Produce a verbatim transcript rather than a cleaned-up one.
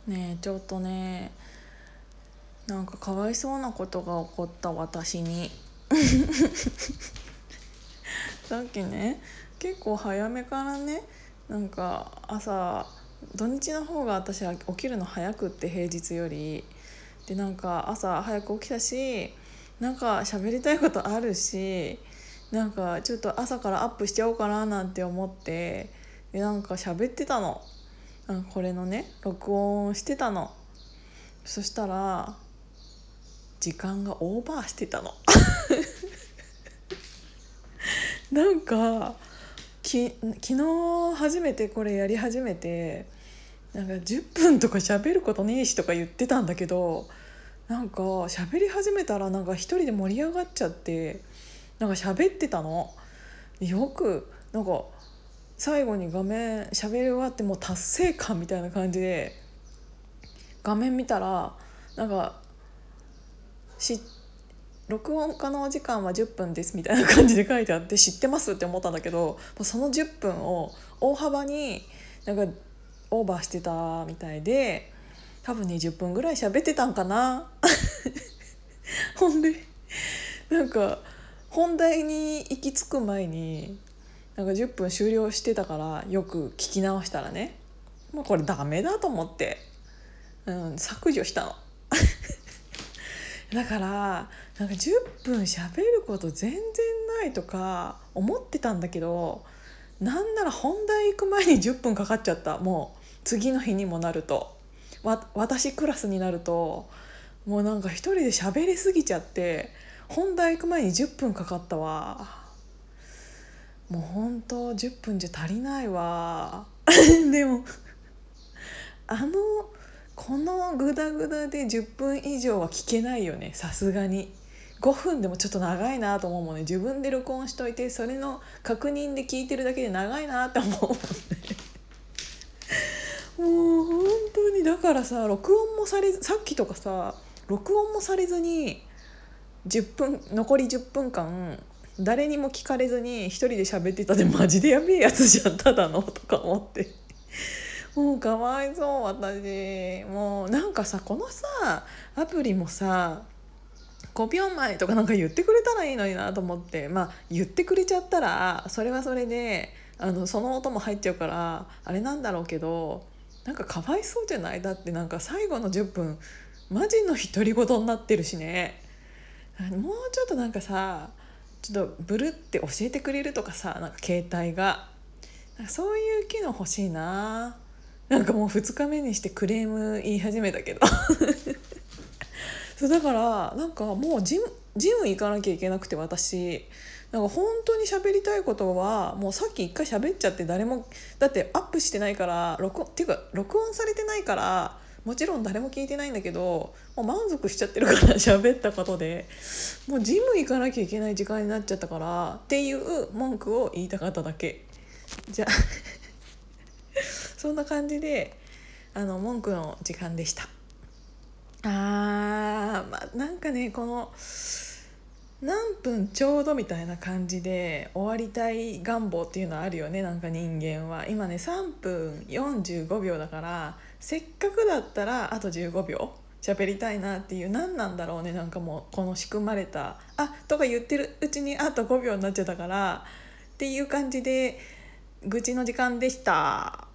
ねえちょっとね、なんかかわいそうなことが起こった私に。さっきね、結構早めからね、なんか朝土日の方が私は起きるの早くって、平日よりで、なんか朝早く起きたし、なんか喋りたいことあるし、なんかちょっと朝からアップしちゃおうかななんて思って、でなんか喋ってたの。なんかこれのね録音してたの。そしたら時間がオーバーしてたの。なんかき昨日初めてこれやり始めて、なんかじゅっぷんとか喋ることねえしとか言ってたんだけど、なんか喋り始めたらなんか一人で盛り上がっちゃって、なんか喋ってたの。よくなんか最後に画面喋り終わってもう達成感みたいな感じで画面見たら、なんかし録音可能時間はじゅっぷんですみたいな感じで書いてあって、知ってますって思ったんだけど、そのじゅっぷんを大幅になんかオーバーしてたみたいで、多分にじゅっぷんぐらい喋ってたんかな。ほんでなんか本題に行き着く前になんかじゅっぷん終了してたから、よく聞き直したらね、もうこれダメだと思って、うん、削除したの。だからなんかじゅっぷん喋ること全然ないとか思ってたんだけど、なんなら本題行く前にじゅっぷんかかっちゃった。もう次の日にもなると、わ私クラスになると、もうなんか一人で喋りすぎちゃって、本題行く前にじゅっぷんかかったわ。もうほんとじゅっぷんじゃ足りないわ。でもあのこのグダグダでじゅっぷん以上は聞けないよね、さすがに。ごふんでもちょっと長いなと思うもんね。自分で録音しといてそれの確認で聞いてるだけで長いなって思うもんね。もう本当にだからさ、録音もされず、さっきとかさ録音もされずにじゅっぷん、残りじゅっぷんかん誰にも聞かれずに一人で喋ってたで、マジでやべえやつじゃんただのとか思って、もうかわいそう私。もうなんかさ、このさアプリもさごびょうまえとかなんか言ってくれたらいいのになと思って、まあ言ってくれちゃったらそれはそれで、あのその音も入っちゃうからあれなんだろうけど、なんかかわいそうじゃない。だってなんか最後のじゅっぷんマジの独り言になってるしね。もうちょっとなんかさ、ちょっとブルって教えてくれるとかさ、なんか携帯がなんかそういう機能欲しいな。なんかもうふつかめにしてクレーム言い始めたけど。そうだからなんかもうジムジム行かなきゃいけなくて、私なんか本当に喋りたいことはもうさっき一回喋っちゃって、誰もだってアップしてないから、録音っていうか録音されてないから、もちろん誰も聞いてないんだけど、もう満足しちゃってるから喋ったことで、もうジム行かなきゃいけない時間になっちゃったからっていう文句を言いたかっただけ。じゃあそんな感じで、あの文句の時間でした。あー、まあなんかね、この何分ちょうどみたいな感じで終わりたい願望っていうのはあるよね。なんか人間は今ねさんぷんよんじゅうごびょうだから、せっかくだったらあとじゅうごびょう喋りたいなっていう、何なんだろうね。なんかもうこの仕組まれたあとか言ってるうちにあとごびょうになっちゃったからっていう感じで、愚痴の時間でした。